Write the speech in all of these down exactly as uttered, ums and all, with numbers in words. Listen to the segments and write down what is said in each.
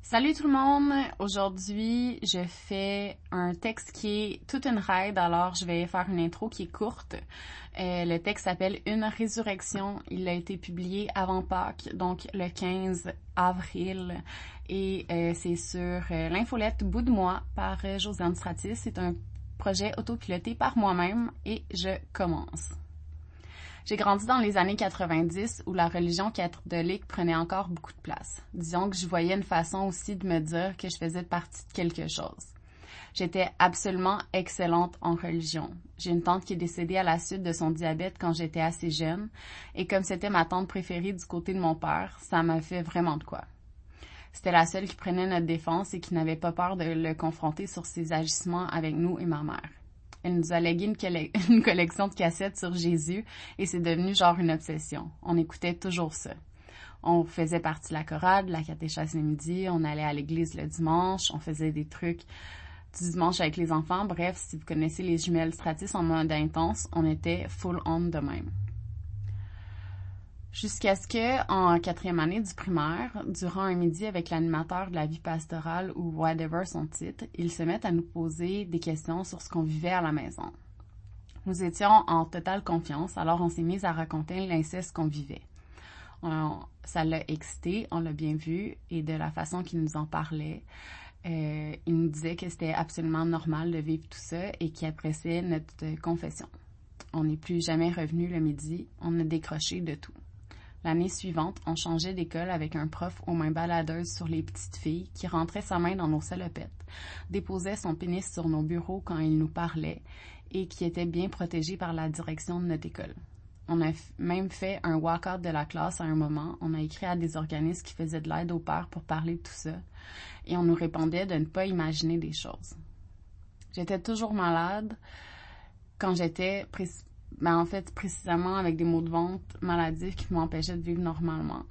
Salut tout le monde! Aujourd'hui, je fais un texte qui est toute une raide, alors je vais faire une intro qui est courte. Euh, le texte s'appelle « Une résurrection ». Il a été publié avant Pâques, donc le quinze avril, et euh, c'est sur euh, l'infolette Bout de moi par euh, Josiane Stratis. C'est un projet autopiloté par moi-même et je commence. J'ai grandi dans les années quatre-vingt-dix où la religion catholique prenait encore beaucoup de place. Disons que je voyais une façon aussi de me dire que je faisais partie de quelque chose. J'étais absolument excellente en religion. J'ai une tante qui est décédée à la suite de son diabète quand j'étais assez jeune, et comme c'était ma tante préférée du côté de mon père, ça m'a fait vraiment de quoi. C'était la seule qui prenait notre défense et qui n'avait pas peur de le confronter sur ses agissements avec nous et ma mère. Elle nous a légué une, colle- une collection de cassettes sur Jésus et c'est devenu genre une obsession. On écoutait toujours ça. On faisait partie de la chorale, de la catéchèse le midi, on allait à l'église le dimanche, on faisait des trucs du dimanche avec les enfants. Bref, si vous connaissez les jumelles Stratis en mode intense, on était full on de même. Jusqu'à ce que, en quatrième année du primaire, durant un midi avec l'animateur de la vie pastorale ou whatever son titre, ils se mettent à nous poser des questions sur ce qu'on vivait à la maison. Nous étions en totale confiance, alors on s'est mis à raconter l'inceste qu'on vivait. On, ça l'a excité, on l'a bien vu, et de la façon qu'il nous en parlait, euh, il nous disait que c'était absolument normal de vivre tout ça et qu'il appréciait notre confession. On n'est plus jamais revenu le midi, on a décroché de tout. L'année suivante, on changeait d'école avec un prof aux mains baladeuses sur les petites filles qui rentrait sa main dans nos salopettes, déposait son pénis sur nos bureaux quand il nous parlait et qui était bien protégé par la direction de notre école. On a même fait un walk-out de la classe à un moment. On a écrit à des organismes qui faisaient de l'aide aux pères pour parler de tout ça et on nous répondait de ne pas imaginer des choses. J'étais toujours malade quand j'étais précipitée. Ben, en fait, précisément avec des maux de ventre maladifs qui m'empêchaient de vivre normalement.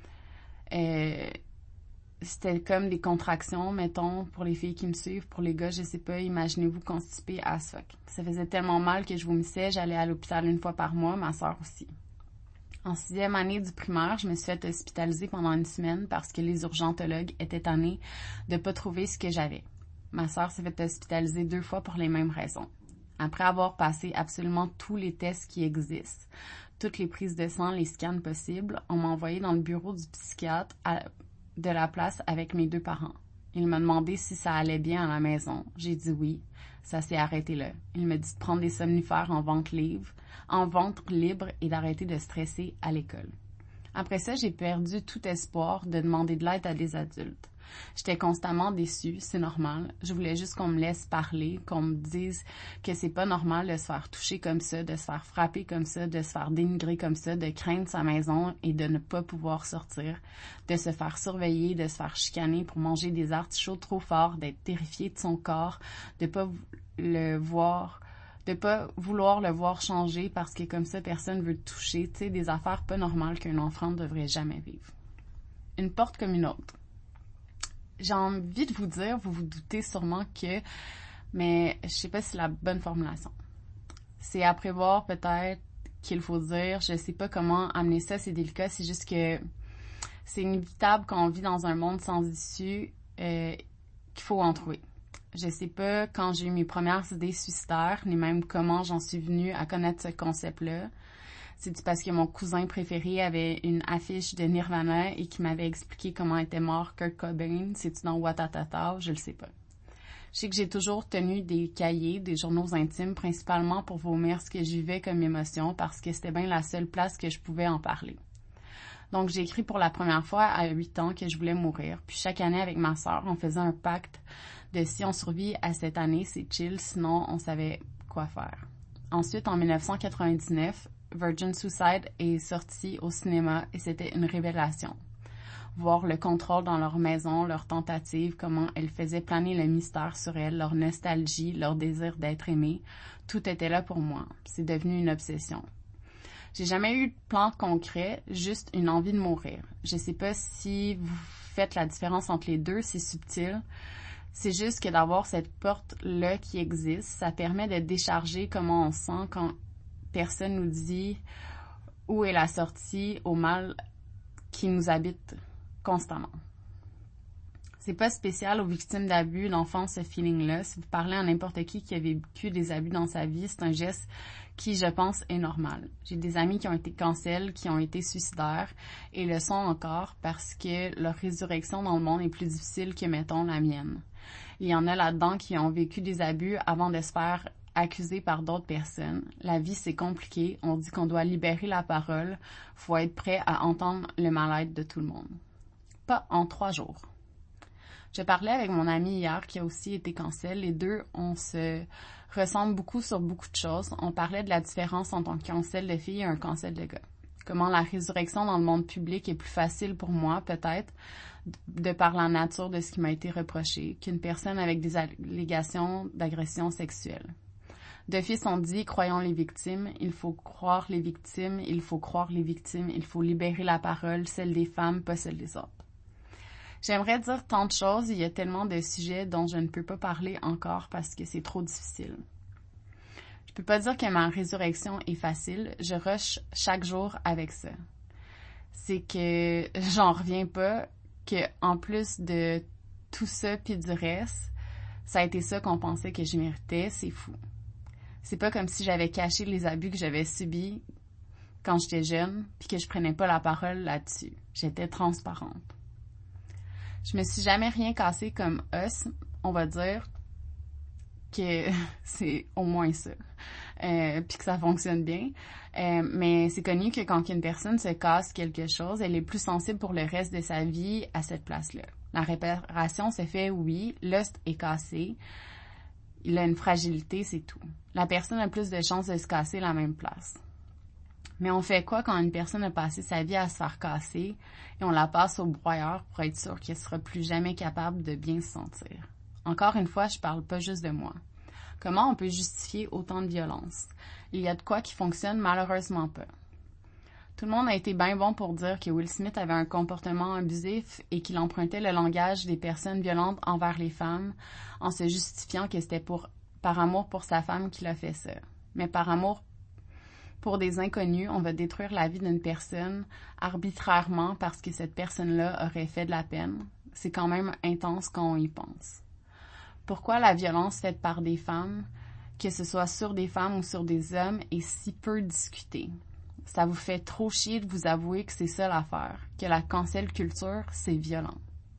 Euh, c'était comme des contractions, mettons, pour les filles qui me suivent. Pour les gars, je sais pas, imaginez-vous constipé as fuck. Ça faisait tellement mal que je vomissais, j'allais à l'hôpital une fois par mois, ma soeur aussi. En sixième année du primaire, je me suis fait hospitaliser pendant une semaine parce que les urgentologues étaient tannés de pas trouver ce que j'avais. Ma soeur s'est fait hospitaliser deux fois pour les mêmes raisons. Après avoir passé absolument tous les tests qui existent, toutes les prises de sang, les scans possibles, on m'a envoyé dans le bureau du psychiatre à, de la place avec mes deux parents. Il m'a demandé si ça allait bien à la maison. J'ai dit oui. Ça s'est arrêté là. Il m'a dit de prendre des somnifères en vente libre, en vente libre et d'arrêter de stresser à l'école. Après ça, j'ai perdu tout espoir de demander de l'aide à des adultes. J'étais constamment déçue, c'est normal. Je voulais juste qu'on me laisse parler, qu'on me dise que c'est pas normal de se faire toucher comme ça, de se faire frapper comme ça, de se faire dénigrer comme ça, de craindre sa maison et de ne pas pouvoir sortir, de se faire surveiller, de se faire chicaner pour manger des artichauts trop forts, d'être terrifié de son corps, de pas le voir, de pas vouloir le voir changer parce que comme ça personne veut le toucher, tu sais, des affaires pas normales qu'un enfant ne devrait jamais vivre. Une porte comme une autre. J'ai envie de vous dire, vous vous doutez sûrement que, mais je sais pas si c'est la bonne formulation. C'est à prévoir peut-être qu'il faut dire, je sais pas comment amener ça, c'est délicat, c'est juste que c'est inévitable quand on vit dans un monde sans issue, euh, qu'il faut en trouver. Je sais pas quand j'ai eu mes premières idées suicidaires, ni même comment j'en suis venue à connaître ce concept-là. C'est parce que mon cousin préféré avait une affiche de Nirvana et qui m'avait expliqué comment était mort Kurt Cobain. C'est-tu dans Watatata? Je le sais pas. Je sais que j'ai toujours tenu des cahiers, des journaux intimes, principalement pour vomir ce que je vivais comme émotion parce que c'était bien la seule place que je pouvais en parler. Donc, j'ai écrit pour la première fois à huit ans que je voulais mourir. Puis chaque année, avec ma sœur, on faisait un pacte de si on survit à cette année, c'est chill, sinon on savait quoi faire. Ensuite, en dix-neuf cent quatre-vingt-dix-neuf, Virgin Suicide est sorti au cinéma et c'était une révélation. Voir le contrôle dans leur maison, leur tentative, comment elles faisaient planer le mystère sur elles, leur nostalgie, leur désir d'être aimées, tout était là pour moi. C'est devenu une obsession. J'ai jamais eu de plan concret, juste une envie de mourir. Je sais pas si vous faites la différence entre les deux, c'est subtil. C'est juste que d'avoir cette porte-là qui existe, ça permet de décharger comment on se sent quand personne nous dit où est la sortie au mal qui nous habite constamment. C'est pas spécial aux victimes d'abus d'enfance, ce feeling-là. Si vous parlez à n'importe qui qui a vécu des abus dans sa vie, c'est un geste qui, je pense, est normal. J'ai des amis qui ont été cancels, qui ont été suicidaires, et le sont encore parce que leur résurrection dans le monde est plus difficile que, mettons, la mienne. Il y en a là-dedans qui ont vécu des abus avant de se faire accuser par d'autres personnes. La vie, c'est compliqué. On dit qu'on doit libérer la parole. Faut être prêt à entendre le mal-être de tout le monde. Pas en trois jours. Je parlais avec mon ami hier qui a aussi été cancel. Les deux, on se ressemble beaucoup sur beaucoup de choses. On parlait de la différence entre un cancel de filles et un cancel de gars. Comment la résurrection dans le monde public est plus facile pour moi, peut-être, de par la nature de ce qui m'a été reproché, qu'une personne avec des allégations d'agression sexuelle. D'office, on dit « croyons les victimes », il faut croire les victimes, il faut croire les victimes, il faut libérer la parole, celle des femmes, pas celle des autres. J'aimerais dire tant de choses, il y a tellement de sujets dont je ne peux pas parler encore parce que c'est trop difficile. Je peux pas dire que ma résurrection est facile, je rush chaque jour avec ça. C'est que j'en reviens pas que en plus de tout ça puis du reste, ça a été ça qu'on pensait que je méritais, c'est fou. C'est pas comme si j'avais caché les abus que j'avais subis quand j'étais jeune puis que je prenais pas la parole là-dessus. J'étais transparente. Je me suis jamais rien cassé comme os, on va dire que c'est au moins ça, euh, puis que ça fonctionne bien. Euh, mais c'est connu que quand une personne se casse quelque chose, elle est plus sensible pour le reste de sa vie à cette place-là. La réparation se fait, oui, l'os est cassé, il a une fragilité, c'est tout. La personne a plus de chances de se casser la même place. Mais on fait quoi quand une personne a passé sa vie à se faire casser et on la passe au broyeur pour être sûr qu'elle sera plus jamais capable de bien se sentir? Encore une fois, je parle pas juste de moi. Comment on peut justifier autant de violence? Il y a de quoi qui fonctionne malheureusement pas. Tout le monde a été bien bon pour dire que Will Smith avait un comportement abusif et qu'il empruntait le langage des personnes violentes envers les femmes en se justifiant que c'était pour, par amour pour sa femme qu'il a fait ça. Mais par amour pour des inconnus, on va détruire la vie d'une personne arbitrairement parce que cette personne-là aurait fait de la peine. C'est quand même intense quand on y pense. Pourquoi la violence faite par des femmes, que ce soit sur des femmes ou sur des hommes, est si peu discutée? Ça vous fait trop chier de vous avouer que c'est ça l'affaire, que la cancel culture, c'est violent.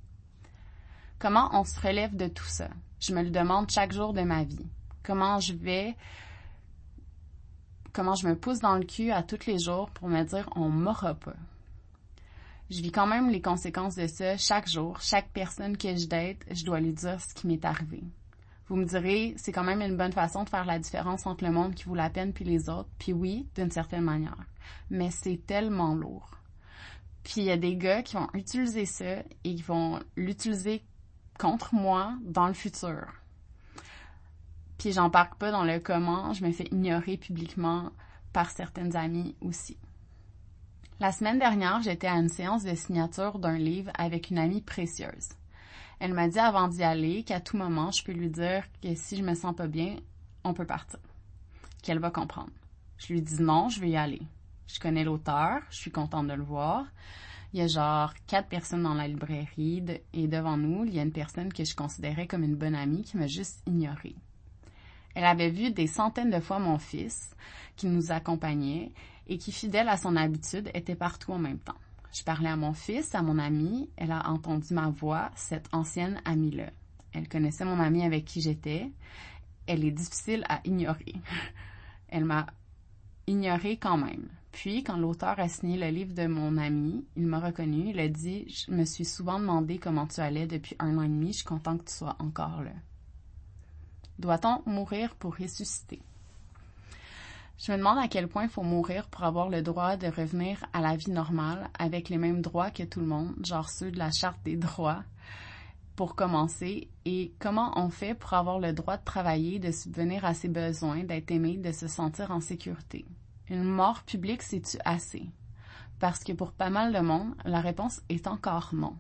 Comment on se relève de tout ça? Je me le demande chaque jour de ma vie. Comment je vais... Comment je me pousse dans le cul à tous les jours pour me dire « on m'aura pas ». Je vis quand même les conséquences de ça chaque jour. Chaque personne que je date, je dois lui dire ce qui m'est arrivé. Vous me direz, c'est quand même une bonne façon de faire la différence entre le monde qui vaut la peine puis les autres. Puis oui, d'une certaine manière. Mais c'est tellement lourd. Puis il y a des gars qui vont utiliser ça et qui vont l'utiliser contre moi dans le futur. Puis j'embarque pas dans le comment, je me fais ignorer publiquement par certaines amies aussi. La semaine dernière, j'étais à une séance de signature d'un livre avec une amie précieuse. Elle m'a dit avant d'y aller qu'à tout moment, je peux lui dire que si je me sens pas bien, on peut partir. Qu'elle va comprendre. Je lui dis non, je vais y aller. Je connais l'auteur, je suis contente de le voir. Il y a genre quatre personnes dans la librairie de, et devant nous, il y a une personne que je considérais comme une bonne amie qui m'a juste ignorée. Elle avait vu des centaines de fois mon fils, qui nous accompagnait, et qui, fidèle à son habitude, était partout en même temps. Je parlais à mon fils, à mon amie, elle a entendu ma voix, cette ancienne amie-là. Elle connaissait mon amie avec qui j'étais. Elle est difficile à ignorer. Elle m'a ignorée quand même. Puis, quand l'auteur a signé le livre de mon ami, il m'a reconnu, il a dit « Je me suis souvent demandé comment tu allais depuis un an et demi, je suis content que tu sois encore là. » Doit-on mourir pour ressusciter? Je me demande à quel point il faut mourir pour avoir le droit de revenir à la vie normale avec les mêmes droits que tout le monde, genre ceux de la Charte des droits, pour commencer, et comment on fait pour avoir le droit de travailler, de subvenir à ses besoins, d'être aimé, de se sentir en sécurité. Une mort publique, c'est-tu assez? Parce que pour pas mal de monde, la réponse est encore non.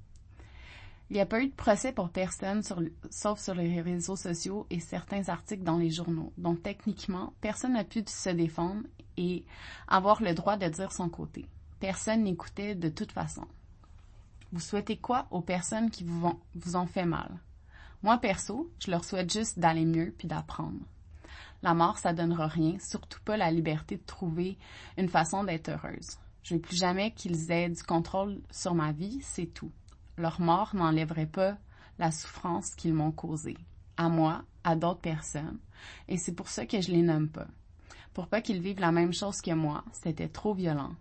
Il n'y a pas eu de procès pour personne, sur, sauf sur les réseaux sociaux et certains articles dans les journaux. Donc, techniquement, personne n'a pu se défendre et avoir le droit de dire son côté. Personne n'écoutait de toute façon. Vous souhaitez quoi aux personnes qui vous, vont, vous ont fait mal? Moi, perso, je leur souhaite juste d'aller mieux puis d'apprendre. La mort, ça donnera rien, surtout pas la liberté de trouver une façon d'être heureuse. Je veux plus jamais qu'ils aient du contrôle sur ma vie, c'est tout. Leur mort n'enlèverait pas la souffrance qu'ils m'ont causée. À moi, à d'autres personnes. Et c'est pour ça que je les nomme pas. Pour pas qu'ils vivent la même chose que moi, c'était trop violent.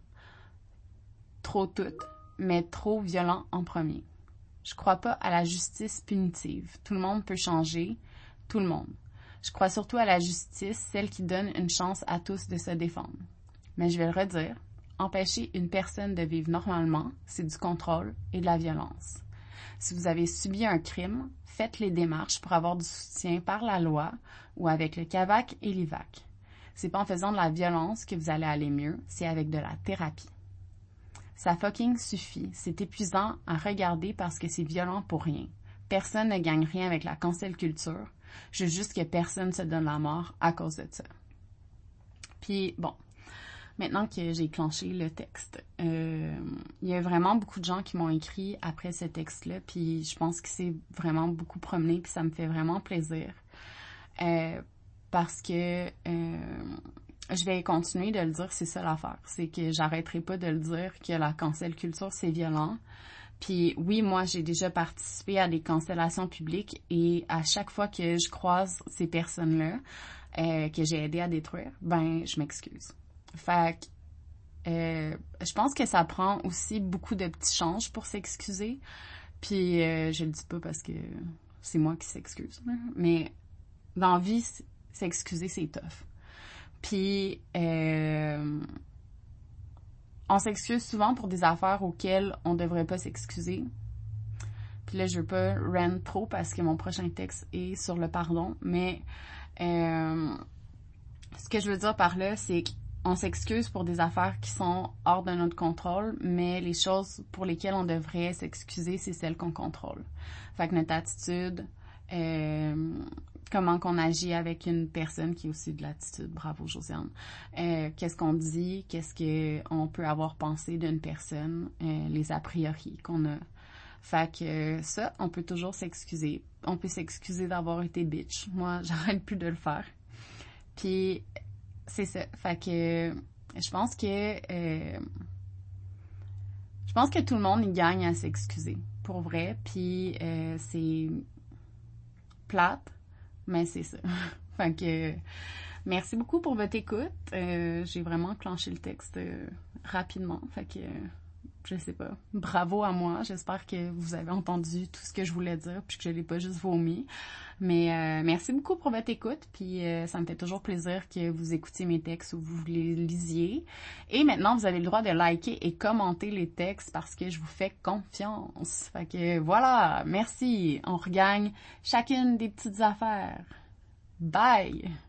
Trop tout, mais trop violent en premier. Je crois pas à la justice punitive. Tout le monde peut changer, tout le monde. Je crois surtout à la justice, celle qui donne une chance à tous de se défendre. Mais je vais le redire, empêcher une personne de vivre normalement, c'est du contrôle et de la violence. Si vous avez subi un crime, faites les démarches pour avoir du soutien par la loi ou avec le C A V A C et l'I V A C. C'est pas en faisant de la violence que vous allez aller mieux, c'est avec de la thérapie. Ça fucking suffit. C'est épuisant à regarder parce que c'est violent pour rien. Personne ne gagne rien avec la cancel culture. Je veux juste que personne se donne la mort à cause de ça. Puis, bon, maintenant que j'ai clenché le texte, euh, il y a vraiment beaucoup de gens qui m'ont écrit après ce texte-là, puis je pense que c'est vraiment beaucoup promené, puis ça me fait vraiment plaisir. Euh, parce que euh, je vais continuer de le dire, c'est ça l'affaire. C'est que j'arrêterai pas de le dire que la cancel culture, c'est violent. Puis oui, moi, j'ai déjà participé à des cancellations publiques et à chaque fois que je croise ces personnes-là euh, que j'ai aidé à détruire, ben, je m'excuse. Fait que euh, je pense que ça prend aussi beaucoup de petits changes pour s'excuser. Puis euh, je le dis pas parce que c'est moi qui s'excuse. Mais dans la vie, s'excuser, c'est tough. Puis euh, on s'excuse souvent pour des affaires auxquelles on devrait pas s'excuser. Puis là, je veux pas rant trop parce que mon prochain texte est sur le pardon. Mais euh, ce que je veux dire par là, c'est qu'on s'excuse pour des affaires qui sont hors de notre contrôle, mais les choses pour lesquelles on devrait s'excuser, c'est celles qu'on contrôle. Fait que notre attitude, euh, comment qu'on agit avec une personne qui est aussi de l'attitude. Bravo, Josiane. Euh, qu'est-ce qu'on dit, qu'est-ce qu'on peut avoir pensé d'une personne, euh, les a priori qu'on a. Fait que ça, on peut toujours s'excuser. On peut s'excuser d'avoir été bitch. Moi, j'arrête plus de le faire. Puis, c'est ça. Fait que je pense que euh, je pense que tout le monde y gagne à s'excuser. Pour vrai. Puis, euh, c'est plate. Mais c'est ça. Fait que merci beaucoup pour votre écoute. Euh, j'ai vraiment clenché le texte euh, rapidement. Fait que euh, je sais pas. Bravo à moi. J'espère que vous avez entendu tout ce que je voulais dire puis que je l'ai pas juste vomi. Mais euh, merci beaucoup pour votre écoute. Puis euh, ça me fait toujours plaisir que vous écoutiez mes textes ou vous les lisiez. Et maintenant, vous avez le droit de liker et commenter les textes parce que je vous fais confiance. Fait que voilà. Merci. On regagne chacune des petites affaires. Bye!